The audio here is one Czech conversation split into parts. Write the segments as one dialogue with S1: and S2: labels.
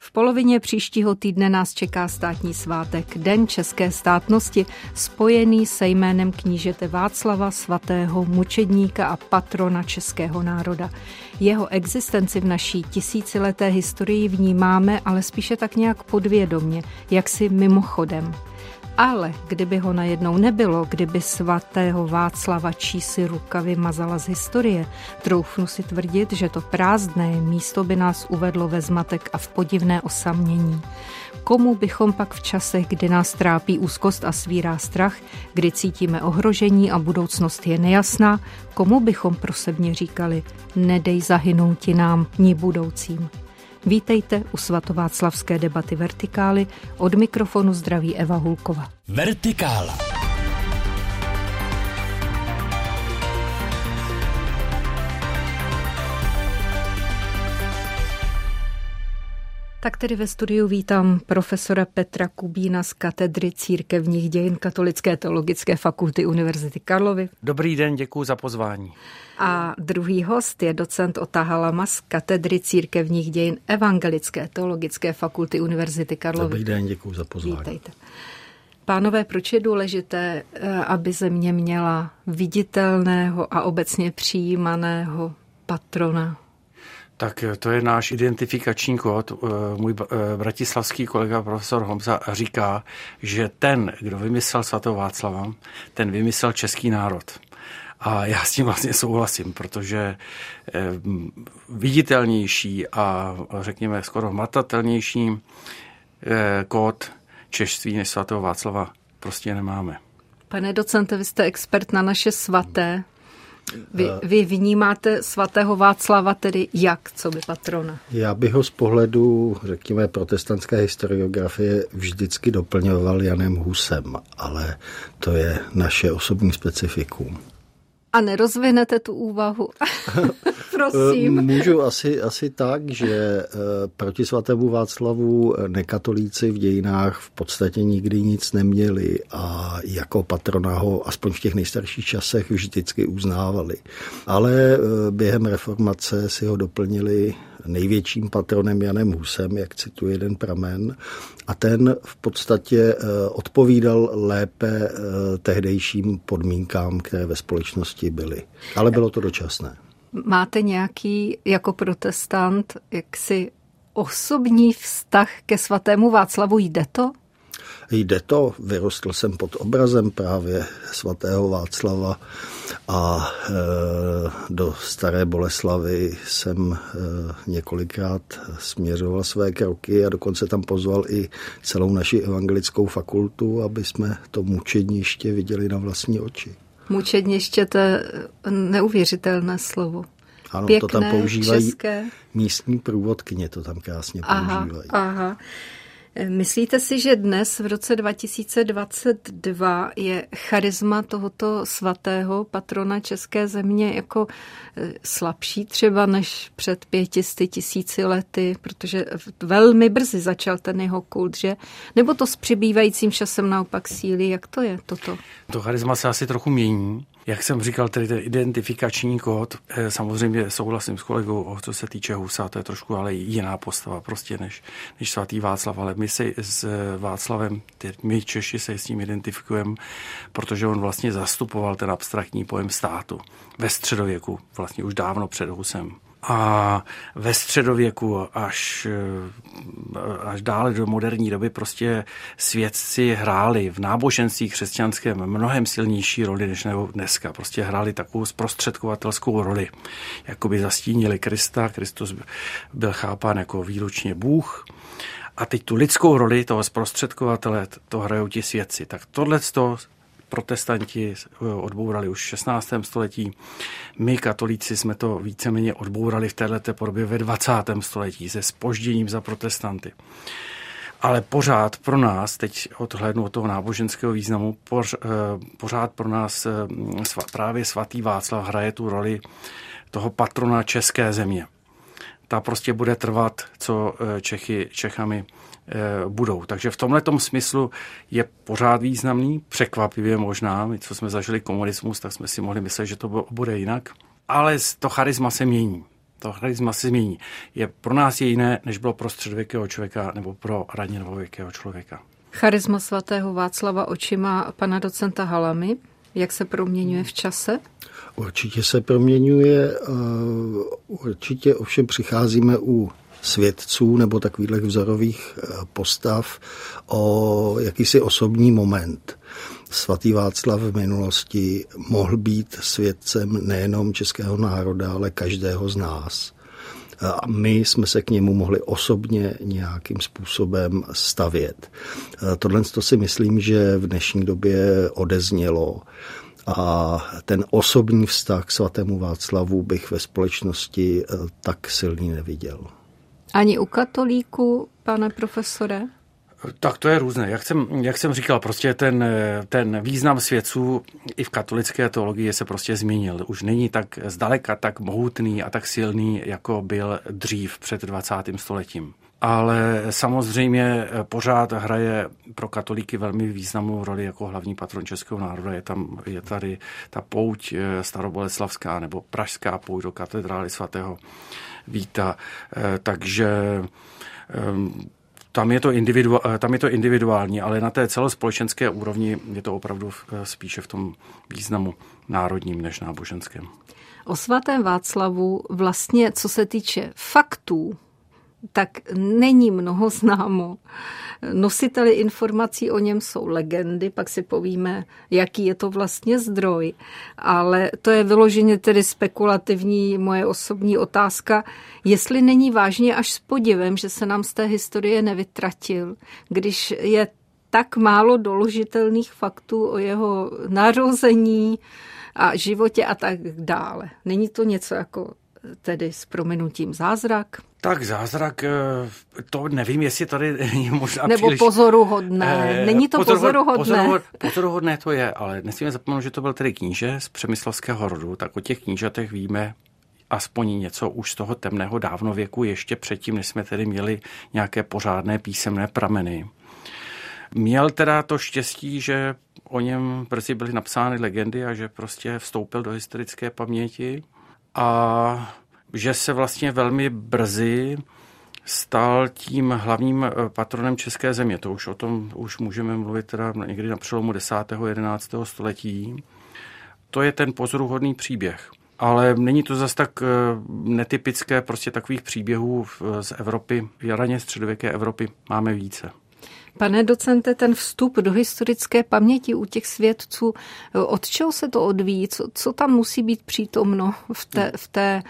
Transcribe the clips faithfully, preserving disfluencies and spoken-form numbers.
S1: V polovině příštího týdne nás čeká státní svátek, Den české státnosti, spojený se jménem knížete Václava, svatého mučedníka a patrona českého národa. Jeho existenci v naší tisícileté historii vnímáme, ale spíše tak nějak podvědomě, jaksi mimochodem. Ale kdyby ho najednou nebylo, kdyby svatého Václava čísi ruka vymazala z historie, troufnu si tvrdit, že to prázdné místo by nás uvedlo ve zmatek a v podivné osamění. Komu bychom pak v časech, kdy nás trápí úzkost a svírá strach, kdy cítíme ohrožení a budoucnost je nejasná, komu bychom prosebně říkali, nedej zahynouti nám, ni budoucím. Vítejte u svatováclavské debaty Vertikály, od mikrofonu zdraví Eva Hulková.
S2: Vertikála.
S1: Tak tedy ve studiu vítám profesora Petra Kubína z katedry církevních dějin Katolické teologické fakulty Univerzity Karlovy.
S3: Dobrý den, děkuji za pozvání.
S1: A druhý host je docent Ota Halama z katedry církevních dějin Evangelické teologické fakulty Univerzity Karlovy.
S4: Dobrý den, děkuji za pozvání.
S1: Vítejte. Pánové, proč je důležité, aby země měla viditelného a obecně přijímaného patrona?
S3: Tak to je náš identifikační kód. Můj bratislavský kolega profesor Homza říká, že ten, kdo vymyslel svatého Václava, ten vymyslel český národ. A já s tím vlastně souhlasím, protože viditelnější a řekněme skoro hmatatelnější kód češství než svatého Václava prostě nemáme.
S1: Pane docente, vy jste expert na naše svaté. Vy, vy vnímáte svatého Václava tedy jak, co by patrona?
S4: Já bych ho z pohledu, řekněme, protestantské historiografie vždycky doplňoval Janem Husem, ale to je naše osobní specifikum.
S1: A nerozvinete tu úvahu? Prosím.
S4: Můžu asi, asi tak, že proti svatému Václavu nekatolíci v dějinách v podstatě nikdy nic neměli a jako patrona ho aspoň v těch nejstarších časech vždycky uznávali. Ale během reformace si ho doplnili největším patronem Janem Husem, jak cituje jeden pramen, a ten v podstatě odpovídal lépe tehdejším podmínkám, které ve společnosti byly. Ale bylo to dočasné.
S1: Máte nějaký jako protestant jaksi osobní vztah ke svatému Václavu? Jde to?
S4: Jde to, vyrostl jsem pod obrazem právě svatého Václava a e, do Staré Boleslavy jsem e, několikrát směřoval své kroky a dokonce tam pozval i celou naši evangelickou fakultu, aby jsme to mučedniště viděli na vlastní oči.
S1: Mučedniště, to je neuvěřitelné slovo.
S4: Ano,
S1: pěkné,
S4: to tam používají
S1: české.
S4: Místní průvodkyně, to tam krásně
S1: aha,
S4: používají.
S1: Aha. Myslíte si, že dnes v roce dva tisíce dvacet dva je charisma tohoto svatého patrona české země jako slabší třeba než před pětisty tisíci lety, protože velmi brzy začal ten jeho kult, že? Nebo to s přibývajícím časem naopak sílí? Jak to je toto?
S3: To charisma se asi trochu mění. Jak jsem říkal, tedy ten identifikační kód, samozřejmě souhlasím s kolegou, co se týče Husa, to je trošku ale jiná postava prostě než, než svatý Václav, ale my se s Václavem, my Češi se s tím identifikujeme, protože on vlastně zastupoval ten abstraktní pojem státu ve středověku, vlastně už dávno před Husem. A ve středověku až, až dále do moderní doby prostě svědci hráli v náboženství křesťanském mnohem silnější roli než dneska. Prostě hráli takovou zprostředkovatelskou roli. Jakoby zastínili Krista, Kristus byl chápán jako výlučně Bůh. A teď tu lidskou roli toho zprostředkovatele to hrajou ti svědci. Tak tohleto protestanti odbourali už v šestnáctém století. My, katolíci, jsme to víceméně odbourali v této podobě ve dvacátém století se zpožděním za protestanty. Ale pořád pro nás, teď odhlédnu od toho náboženského významu, pořád pro nás právě svatý Václav hraje tu roli toho patrona české země. Ta prostě bude trvat, co Čechy Čechami budou. Takže v tomhletom smyslu je pořád významný, překvapivě možná, my co jsme zažili komunismus, tak jsme si mohli myslet, že to bude jinak. Ale to charisma se mění. To charisma se změní. Je pro nás je jiné, než bylo pro středověkého člověka nebo pro ranně novověkého člověka.
S1: Charisma svatého Václava očima pana docenta Halamy, jak se proměňuje v čase?
S4: Určitě se proměňuje, určitě ovšem přicházíme u svědců nebo takových vzorových postav o jakýsi osobní moment. Svatý Václav v minulosti mohl být svědcem nejenom českého národa, ale každého z nás. A my jsme se k němu mohli osobně nějakým způsobem stavět. Tohle to si myslím, že v dnešní době odeznělo. A ten osobní vztah k svatému Václavu bych ve společnosti tak silný neviděl.
S1: Ani u katolíků, pane profesore?
S3: Tak to je různé. Jak jsem, jak jsem říkal, prostě ten, ten význam svědců i v katolické teologii se prostě změnil. Už není tak zdaleka tak mohutný a tak silný, jako byl dřív před dvacátým stoletím. Ale samozřejmě pořád hraje pro katolíky velmi významnou roli jako hlavní patron českého národa. Je tam, je tady ta pouť staroboleslavská nebo pražská pouť do katedrály svatého Víta. Takže tam je to individu- tam je to individuální, ale na té celospolečenské úrovni je to opravdu spíše v tom významu národním než náboženském.
S1: O svatém Václavu vlastně, co se týče faktů, tak není mnoho známo. Nositeli informací o něm jsou legendy, pak si povíme, jaký je to vlastně zdroj. Ale to je vyloženě tedy spekulativní moje osobní otázka, jestli není vážně až s podivem, že se nám z té historie nevytratil, když je tak málo doložitelných faktů o jeho narození a životě a tak dále. Není to něco jako tedy s prominutím zázrak?
S3: Tak zázrak, to nevím, jestli tady není možná
S1: Nebo
S3: příliš...
S1: pozoruhodné. Není to
S3: Pozoruhod,
S1: pozoruhodné?
S3: Pozoruhod, pozoruhodné to je, ale nesmíme zapomenout, že to byl tedy kníže z přemyslovského rodu, tak o těch knížatech víme aspoň něco už z toho temného dávnověku, ještě předtím, než jsme tedy měli nějaké pořádné písemné prameny. Měl teda to štěstí, že o něm brzy byly napsány legendy a že prostě vstoupil do historické paměti a že se vlastně velmi brzy stal tím hlavním patronem české země. To už o tom už můžeme mluvit teda někdy na přelomu desátého a jedenáctého století. To je ten pozoruhodný příběh. Ale není to zas tak netypické, prostě takových příběhů z Evropy, raně středověké Evropy máme více.
S1: Pane docente, ten vstup do historické paměti u těch svědců, od čeho se to odvíjí? Co, co tam musí být přítomno v té, v té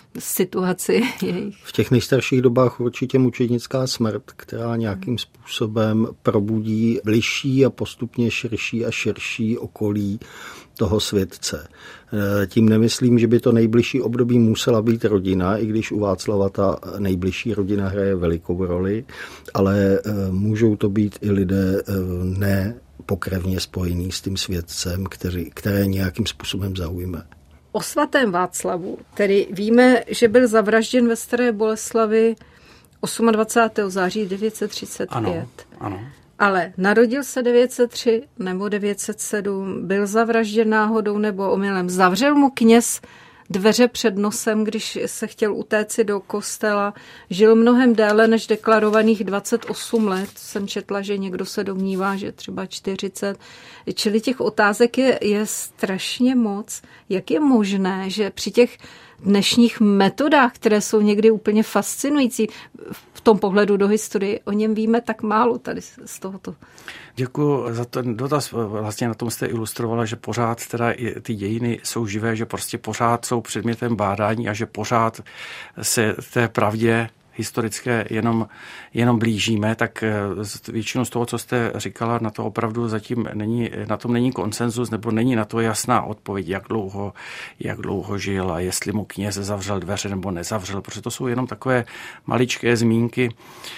S1: situaci jejich?
S4: V těch nejstarších dobách určitě mučednická smrt, která nějakým způsobem probudí bližší a postupně širší a širší okolí toho svědce. Tím nemyslím, že by to nejbližší období musela být rodina, i když u Václava ta nejbližší rodina hraje velikou roli, ale můžou to být i lidé ne pokrevně spojení s tím svědcem, který, které nějakým způsobem zaujme.
S1: O svatém Václavu, tedy víme, že byl zavražděn ve Staré Boleslavi dvacátého osmého září devět set třicet pět.
S3: Ano, ano.
S1: Ale narodil se devět set tři nebo devět set sedm, byl zavražděn náhodou nebo omylem. Zavřel mu kněz dveře před nosem, když se chtěl utéci do kostela. Žil mnohem déle než deklarovaných dvacet osm let. Jsem četla, že někdo se domnívá, že třeba čtyřicet. Čili těch otázek je, je strašně moc. Jak je možné, že při těch dnešních metodách, které jsou někdy úplně fascinující v tom pohledu do historie, o něm víme tak málo tady z tohoto.
S3: Děkuji za ten dotaz. Vlastně na tom jste ilustrovala, že pořád teda i ty dějiny jsou živé, že prostě pořád jsou předmětem bádání a že pořád se té pravdě historické jenom, jenom blížíme, tak většinou z toho, co jste říkala, na to opravdu zatím není, na tom není konsenzus, nebo není na to jasná odpověď, jak dlouho, jak dlouho žil a jestli mu kněz zavřel dveře nebo nezavřel, protože to jsou jenom takové maličké zmínky,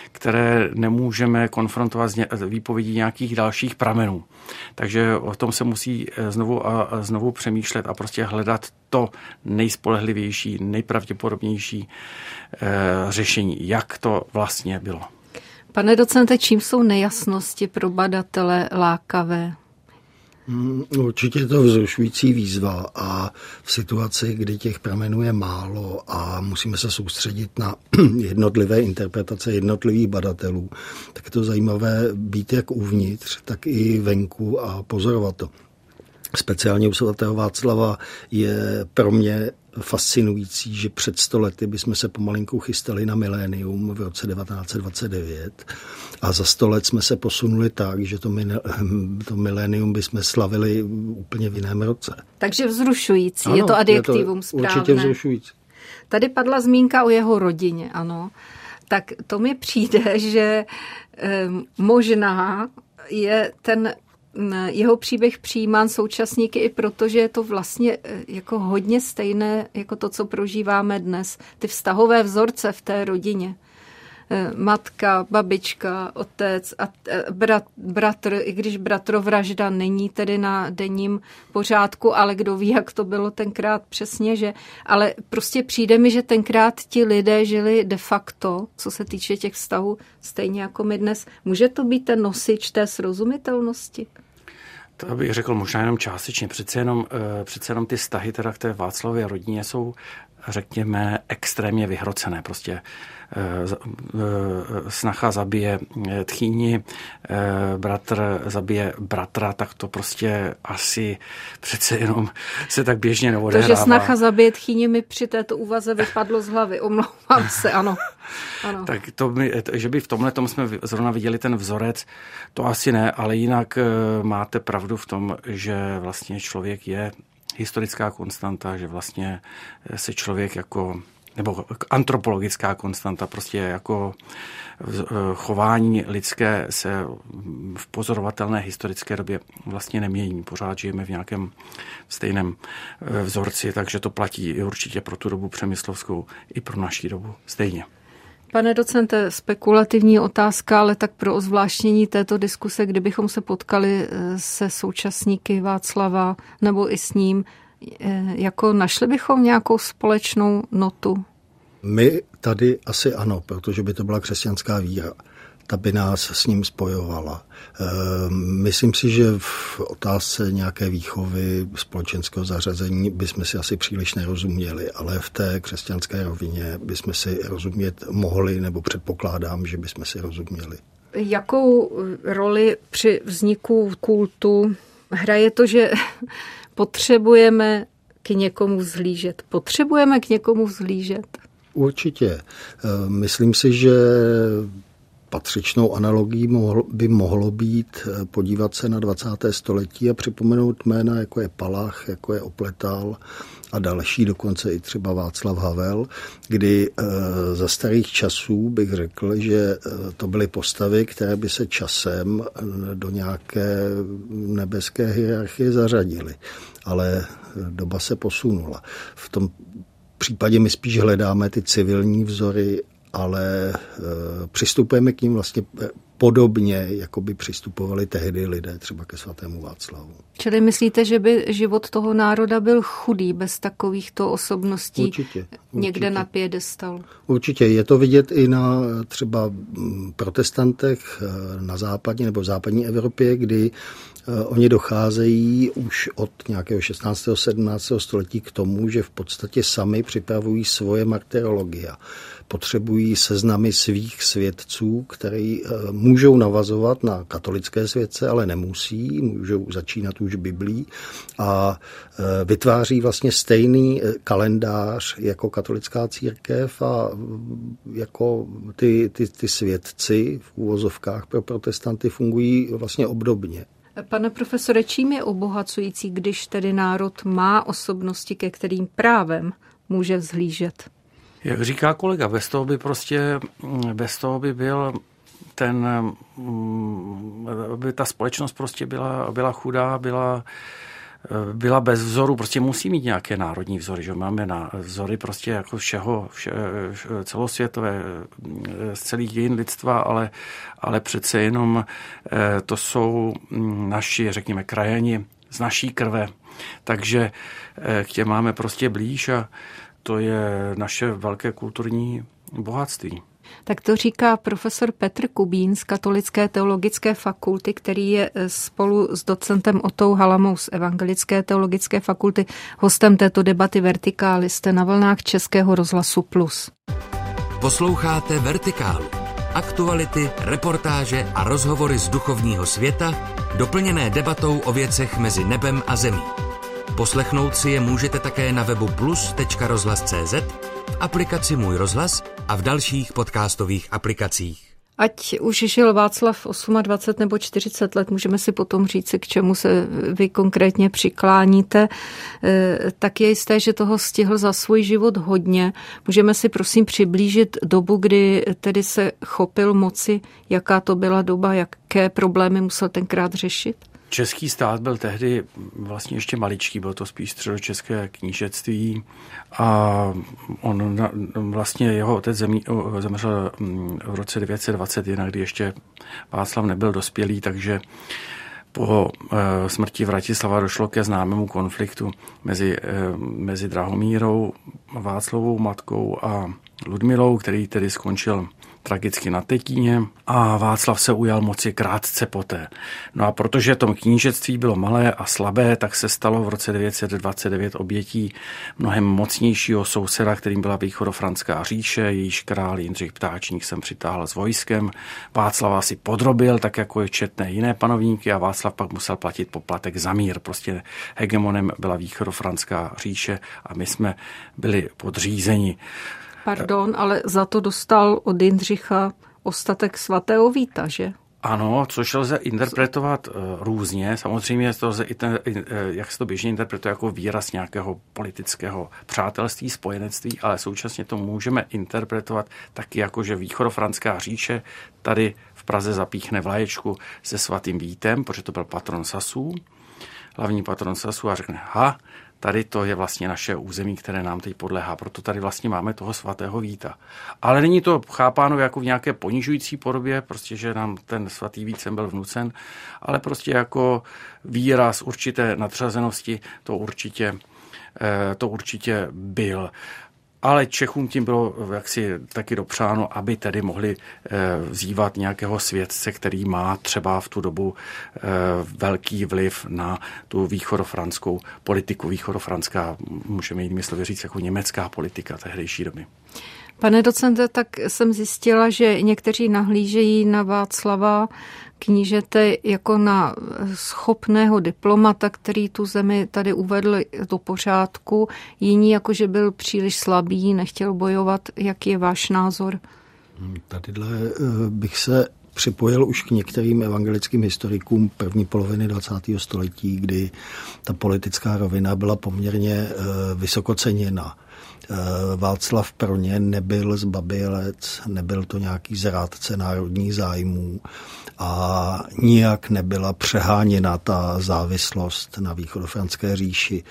S3: které nemůžeme konfrontovat s výpovědí nějakých dalších pramenů. Takže o tom se musí znovu a znovu přemýšlet a prostě hledat to nejspolehlivější, nejpravděpodobnější eh, řešení, jak to vlastně bylo.
S1: Pane docente, čím jsou nejasnosti pro badatele lákavé?
S4: Určitě je to vzrušující výzva a v situaci, kdy těch pramenů je málo a musíme se soustředit na jednotlivé interpretace jednotlivých badatelů, tak je to zajímavé být jak uvnitř, tak i venku a pozorovat to. Speciálně u svatého Václava je pro mě fascinující, že před sto lety bychom se pomalinku chystali na milénium v roce devatenáct set dvacet devět a za sto let jsme se posunuli tak, že to, to milénium bychom slavili úplně v jiném roce.
S1: Takže vzrušující, ano, je to adjektivum
S4: je to
S1: správné.
S4: Určitě vzrušující.
S1: Tady padla zmínka o jeho rodině, ano. Tak to mi přijde, že eh, možná je ten jeho příběh přijímán současníky i proto, že je to vlastně jako hodně stejné jako to, co prožíváme dnes. Ty vztahové vzorce v té rodině. Matka, babička, otec a brat, bratr, i když bratrovražda není tedy na denním pořádku, ale kdo ví, jak to bylo tenkrát přesně, že, ale prostě přijde mi, že tenkrát ti lidé žili de facto, co se týče těch vztahů, stejně jako my dnes. Může to být ten nosič té srozumitelnosti?
S3: To bych řekl možná jenom částečně. Přece jenom, přece jenom ty vztahy teda k té Václavově rodině jsou, řekněme, extrémně vyhrocené. Prostě snacha zabije tchýni, bratr zabije bratra, tak to prostě asi přece jenom se tak běžně neodehrává.
S1: To, že snacha zabije tchýni, mi při této úvaze vypadlo z hlavy. Omlouvám se, ano. ano.
S3: Tak to my, že by v tomhle tom jsme zrovna viděli ten vzorec, to asi ne, ale jinak máte pravdu v tom, že vlastně člověk je historická konstanta, že vlastně se člověk jako, nebo antropologická konstanta, prostě jako chování lidské se v pozorovatelné historické době vlastně nemění. Pořád žijeme v nějakém stejném vzorci, takže to platí určitě pro tu dobu přemyslovskou i pro naší dobu stejně.
S1: Pane docente, spekulativní otázka, ale tak pro ozvláštnění této diskuse, kdybychom se potkali se současníky Václava nebo i s ním, jako našli bychom nějakou společnou notu?
S4: My tady asi ano, protože by to byla křesťanská víra. Ta by nás s ním spojovala. Myslím si, že v otázce nějaké výchovy společenského zařazení bychom si asi příliš nerozuměli, ale v té křesťanské rovině bychom si rozumět mohli, nebo předpokládám, že bychom si rozuměli.
S1: Jakou roli při vzniku kultu hraje to, že potřebujeme k někomu vzhlížet? Potřebujeme k někomu vzhlížet?
S4: Určitě. Myslím si, že patřičnou analogií by mohlo být podívat se na dvacáté století a připomenout jména, jako je Palach, jako je Opletal a další, dokonce i třeba Václav Havel, kdy za starých časů bych řekl, že to byly postavy, které by se časem do nějaké nebeské hierarchie zařadily. Ale doba se posunula. V tom případě my spíš hledáme ty civilní vzory, ale e, přistupujeme k ním vlastně podobně, jako by přistupovali tehdy lidé třeba ke svatému Václavu.
S1: Čili myslíte, že by život toho národa byl chudý bez takovýchto osobností
S4: určitě,
S1: někde
S4: určitě.
S1: na piedestalu?
S4: Určitě. Je to vidět i na třeba protestantech na západní nebo v západní Evropě, kdy oni docházejí už od nějakého šestnáctého sedmnáctého století k tomu, že v podstatě sami připravují svoje martyrologia. Potřebují seznamy svých svědců, který můžou navazovat na katolické svědce, ale nemusí, můžou začínat už Biblí a vytváří vlastně stejný kalendář jako katolická církev a jako ty, ty, ty svědci v úvozovkách pro protestanty fungují vlastně obdobně.
S1: Pane profesore, čím je obohacující, když tedy národ má osobnosti, ke kterým právem může vzhlížet?
S3: Jak říká kolega, bez toho by prostě, bez toho by byl ten, by ta společnost prostě byla, byla chudá, byla, byla bez vzoru, prostě musí mít nějaké národní vzory, že máme na vzory prostě jako všeho, vše, celosvětové, z celých dějin lidstva, ale, ale přece jenom to jsou naši, řekněme, krajani z naší krve, takže k těm máme prostě blíž a to je naše velké kulturní bohatství.
S1: Tak to říká profesor Petr Kubín z Katolické teologické fakulty, který je spolu s docentem Otou Halamou z Evangelické teologické fakulty hostem této debaty Vertikály. Jste na vlnách Českého rozhlasu Plus.
S2: Posloucháte Vertikálu. Aktuality, reportáže a rozhovory z duchovního světa, doplněné debatou o věcech mezi nebem a zemí. Poslechnout si je můžete také na webu plus tečka rozhlas tečka cé zet, v aplikaci Můj rozhlas a v dalších podcastových aplikacích.
S1: Ať už žil Václav dvacet osm nebo čtyřicet let, můžeme si potom říct, k čemu se vy konkrétně přikláníte, tak je jisté, že toho stihl za svůj život hodně. Můžeme si prosím přiblížit dobu, kdy tedy se chopil moci, jaká to byla doba, jaké problémy musel tenkrát řešit?
S3: Český stát byl tehdy vlastně ještě maličký, byl to spíš středočeské knížectví a on vlastně jeho otec zemí, zemřel v roce devět set dvacet jedna, kdy ještě Václav nebyl dospělý, takže po smrti Vratislava došlo ke známému konfliktu mezi, mezi Drahomírou, Václavovou matkou a Ludmilou, který tedy skončil tragicky na Tetíně a Václav se ujal moci krátce poté. No a protože to knížectví bylo malé a slabé, tak se stalo v roce devět set dvacet devět obětí mnohem mocnějšího souseda, kterým byla Východofranská říše, jejíž král Jindřich Ptáčník sem přitáhl s vojskem. Václava si podrobil, tak jako je četné jiné panovníky a Václav pak musel platit poplatek za mír. Prostě hegemonem byla Východofranská říše a my jsme byli podřízeni.
S1: Pardon, ale za to dostal od Jindřicha ostatek svatého Víta, že?
S3: Ano, což lze interpretovat různě. Samozřejmě to lze, jak se to běžně interpretuje, jako výraz nějakého politického přátelství, spojenectví, ale současně to můžeme interpretovat taky jako, že Východofranská říše tady v Praze zapíchne vlaječku se svatým Vítem, protože to byl patron Sasů, hlavní patron Sasů a řekne, ha, tady to je vlastně naše území, které nám teď podléhá, proto tady vlastně máme toho svatého Víta. Ale není to chápáno jako v nějaké ponižující podobě, prostě, že nám ten svatý Vít sem byl vnucen, ale prostě jako výraz určité nadřazenosti to určitě, to určitě byl. Ale Čechům tím bylo jaksi taky dopřáno, aby tedy mohli vzývat nějakého světce, který má třeba v tu dobu velký vliv na tu východofranskou politiku. Východofranská, můžeme jinými slovy říct, jako německá politika tehdejší doby.
S1: Pane docente, tak jsem zjistila, že někteří nahlížejí na Václava knížete jako na schopného diplomata, který tu zemi tady uvedl do pořádku, jiní jako, že byl příliš slabý, nechtěl bojovat. Jaký je váš názor?
S4: Tadyhle bych se připojil už k některým evangelickým historikům první poloviny dvacátého století, kdy ta politická rovina byla poměrně vysoko ceněna. Václav pro ně nebyl zbabělec, nebyl to nějaký zrádce národních zájmů a nijak nebyla přeháněna ta závislost na východofranské říši.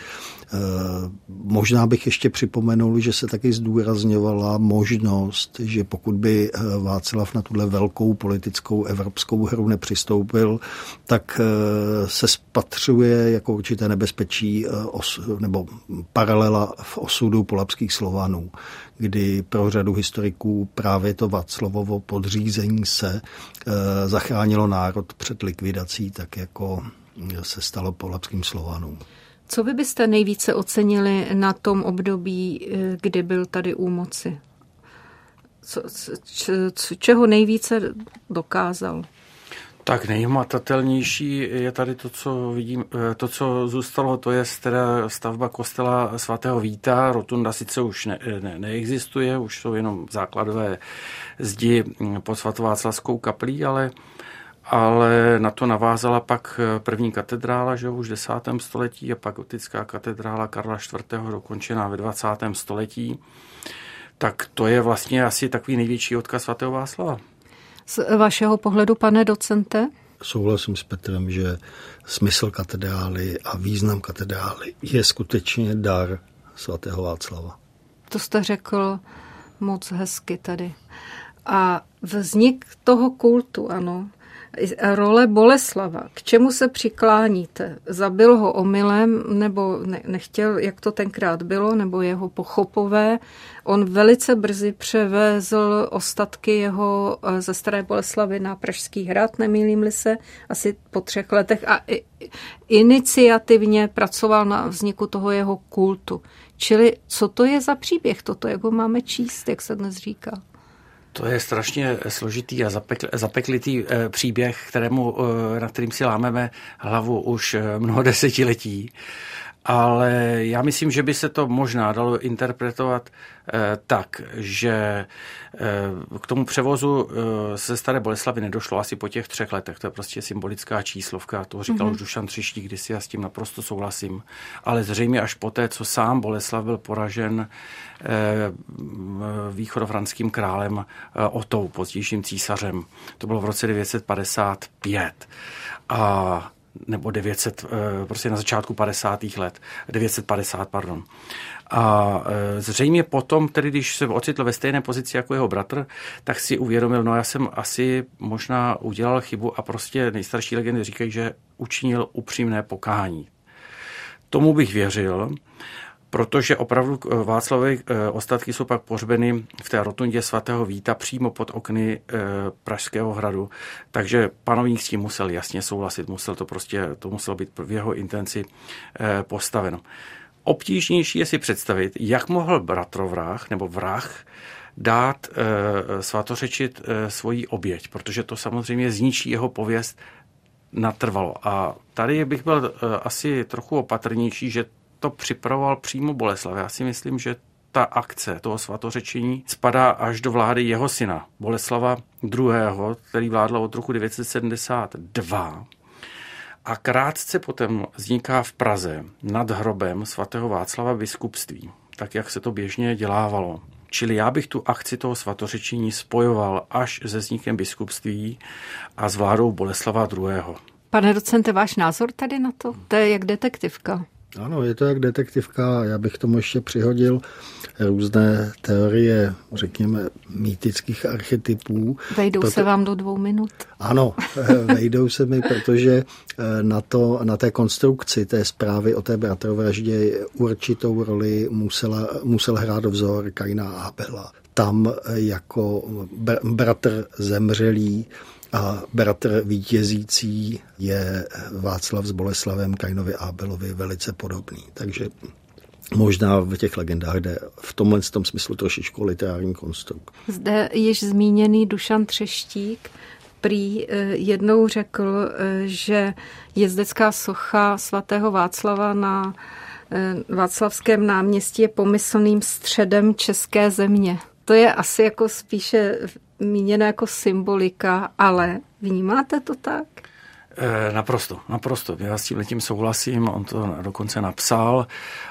S4: Možná bych ještě připomenul, že se taky zdůrazňovala možnost, že pokud by Václav na tuhle velkou politickou evropskou hru nepřistoupil, tak se spatřuje jako určité nebezpečí nebo paralela v osudu polabských Slovanů, kdy pro řadu historiků právě to Václavovo podřízení se zachránilo národ před likvidací, tak jako se stalo polabským Slovanům.
S1: Co vy byste nejvíce ocenili na tom období, kdy byl tady u moci? Co, č, čeho nejvíce dokázal?
S3: Tak nejhmatatelnější je tady to, co vidím, to, co zůstalo, to je teda stavba kostela svatého Víta. Rotunda sice už ne, ne, neexistuje, už jsou jenom základové zdi pod svatováclavskou kaplí, ale ale na to navázala pak první katedrála, že už v desátém století a pak gotická katedrála Karla čtvrtého dokončená ve dvacátém století. Tak to je vlastně asi takový největší odkaz svatého Václava.
S1: Z vašeho pohledu, pane docente?
S4: Souhlasím s Petrem, že smysl katedrály a význam katedrály je skutečně dar svatého Václava.
S1: To jste řekl moc hezky tady. A vznik toho kultu, ano, Role Boleslava. K čemu se přikláníte? Zabil ho omylem, nebo ne, nechtěl, jak to tenkrát bylo, nebo jeho pochopové? On velice brzy převezl ostatky jeho ze Staré Boleslavy na Pražský hrad, nemýlím-li se, asi po třech letech a iniciativně pracoval na vzniku toho jeho kultu. Čili co to je za příběh toto, jak ho máme číst, jak se dnes říká?
S3: To je strašně složitý a zapekl, zapeklitý e, příběh, kterému, e, na kterým si lámeme hlavu už mnoho desetiletí. Ale já myslím, že by se to možná dalo interpretovat eh, tak, že eh, k tomu převozu eh, ze Staré Boleslavy nedošlo asi po těch třech letech. To je prostě symbolická číslovka, to říkal mm-hmm. už Dušan Třeštík kdysi, já s tím naprosto souhlasím. Ale zřejmě až poté, co sám Boleslav byl poražen eh, východofranským králem eh, Otou, pozdějším císařem. To bylo v roce devět set padesát pět. A nebo devět set, prostě na začátku padesátých let, devět set padesát, pardon. A zřejmě potom, tedy když se ocitl ve stejné pozici jako jeho bratr, tak si uvědomil, no já jsem asi možná udělal chybu a prostě nejstarší legendy říkají, že učinil upřímné pokání. Tomu bych věřil, protože opravdu Václavovy ostatky jsou pak pohřbeny v té rotundě svatého Víta přímo pod okny Pražského hradu. Takže panovník s tím musel jasně souhlasit, musel to prostě, to muselo být v jeho intenci postaveno. Obtížnější je si představit, jak mohl bratrovrah nebo vrah dát svatořečit svoji oběť, protože to samozřejmě zničí jeho pověst natrvalo. A tady bych byl asi trochu opatrnější, že to připravoval přímo Boleslav. Já si myslím, že ta akce toho svatořečení spadá až do vlády jeho syna, Boleslava druhého., který vládl od roku devět set sedmdesát dva. A krátce potom vzniká v Praze nad hrobem svatého Václava biskupství, tak jak se to běžně dělávalo. Čili já bych tu akci toho svatořečení spojoval až se vznikem biskupství a s vládou Boleslava druhého.
S1: Pane docente, váš názor tady na to? To je jak detektivka.
S4: Ano, je to jak detektivka. Já bych tomu ještě přihodil různé teorie, řekněme, mýtických archetypů.
S1: Vejdou
S4: Proto...
S1: se vám do dvou minut?
S4: Ano, vejdou se mi, protože na, to, na té konstrukci té zprávy o té bratrovraždě určitou roli musela, musel hrát vzor Kaina a Abela. Tam jako br- bratr zemřelý a bratr vítězící je Václav s Boleslavem Kainovi a Abelovi velice podobný. Takže možná v těch legendách jde v tomhle tom smyslu trošičku literární konstrukt.
S1: Zde již zmíněný Dušan Třeštík prý jednou řekl, že jezdecká socha svatého Václava na Václavském náměstí je pomyslným středem české země. To je asi jako spíše míněné jako symbolika, ale vnímáte to tak?
S3: E, naprosto, naprosto. Já s tím souhlasím, on to dokonce napsal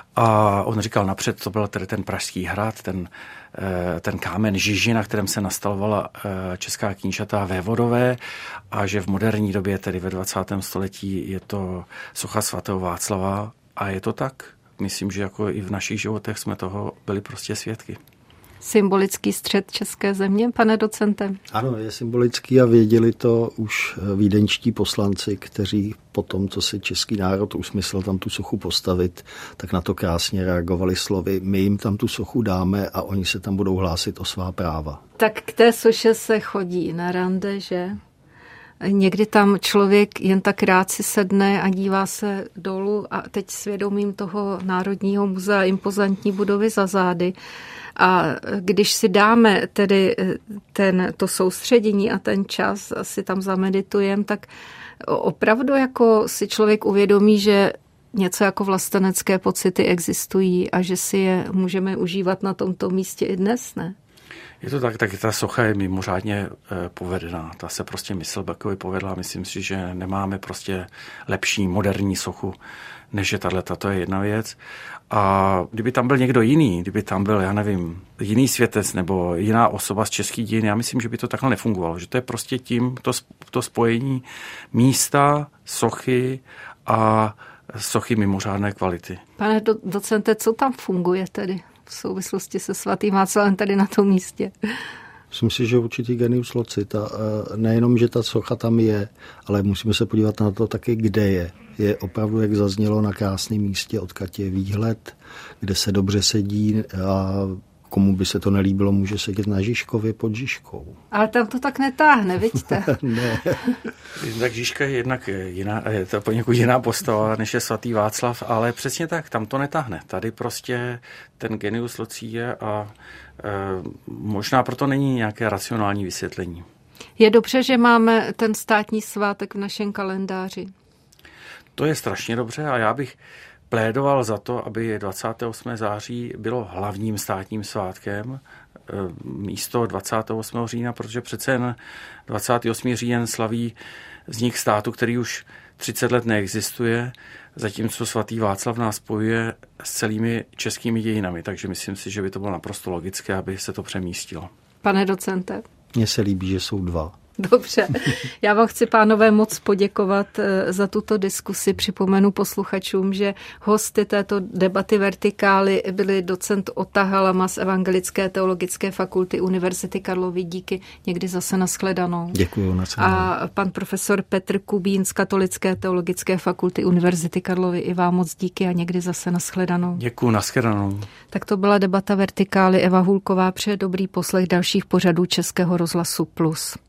S3: a on říkal napřed, to byl tedy ten Pražský hrad, ten, ten kámen Žiži, na kterém se nastalovala česká knížata vévodové a že v moderní době, tedy ve dvacátém století, je to socha svatého Václava a je to tak. Myslím, že jako i v našich životech jsme toho byli prostě svědky.
S1: Symbolický střed české země, pane docente?
S4: Ano, je symbolický a věděli to už vídeňští poslanci, kteří po tom, co si český národ usmyslel tam tu sochu postavit, tak na to krásně reagovali slovy. My jim tam tu sochu dáme a oni se tam budou hlásit o svá práva.
S1: Tak k té soše se chodí na rande, že? Někdy tam člověk jen tak rád si sedne a dívá se dolů a teď svědomím toho Národního muzea impozantní budovy za zády. A když si dáme tedy ten, to soustředění a ten čas a si tam zameditujeme, tak opravdu jako si člověk uvědomí, že něco jako vlastenecké pocity existují a že si je můžeme užívat na tomto místě i dnes, ne?
S3: Je to tak, tak ta socha je mimořádně povedená. Ta se prostě Myslbackovi povedla. Myslím si, že nemáme prostě lepší moderní sochu, než je tato. To je jedna věc. A kdyby tam byl někdo jiný, kdyby tam byl, já nevím, jiný světec nebo jiná osoba z českých dějin, já myslím, že by to takhle nefungovalo. Že to je prostě tím, to, to spojení místa, sochy a sochy mimořádné kvality.
S1: Pane docente, co tam funguje tedy v souvislosti se svatým Václavem tady na tom místě?
S4: Myslím si, že určitý genius loci. Ta, nejenom, že ta socha tam je, ale musíme se podívat na to taky, kde je. Je opravdu, jak zaznělo, na krásném místě, odkud je výhled, kde se dobře sedí a komu by se to nelíbilo, může sedět na Žižkově pod Žižkou.
S1: Ale tam to tak netáhne, vidíte?
S3: Ne. Tak Žižka je jednak jiná, je to poněkud jiná postava, než je svatý Václav, ale přesně tak, tam to netáhne. Tady prostě ten genius loci je a e, možná proto není nějaké racionální vysvětlení.
S1: Je dobře, že máme ten státní svátek v našem kalendáři.
S3: To je strašně dobře a já bych plédoval za to, aby dvacátého osmého září bylo hlavním státním svátkem místo dvacátého osmého října, protože přece jen dvacátého osmého říjen slaví vznik státu, který už třicet let neexistuje, zatímco svatý Václav nás spojuje s celými českými dějinami, takže myslím si, že by to bylo naprosto logické, aby se to přemístilo.
S1: Pane docente.
S4: Mně se líbí, že jsou dva.
S1: Dobře. Já vám chci, pánové, moc poděkovat za tuto diskusi. Připomenu posluchačům, že hosty této debaty Vertikály byli docent Ota Halama z Evangelické teologické fakulty Univerzity Karlovy. Díky, někdy zase nashledanou.
S4: Děkuju. Nashledanou.
S1: A pan profesor Petr Kubín z Katolické teologické fakulty Univerzity Karlovy. I vám moc díky a někdy zase nashledanou.
S3: Děkuju, nashledanou.
S1: Tak to byla debata Vertikály. Eva Hulková přeje dobrý poslech dalších pořadů Českého rozhlasu Plus.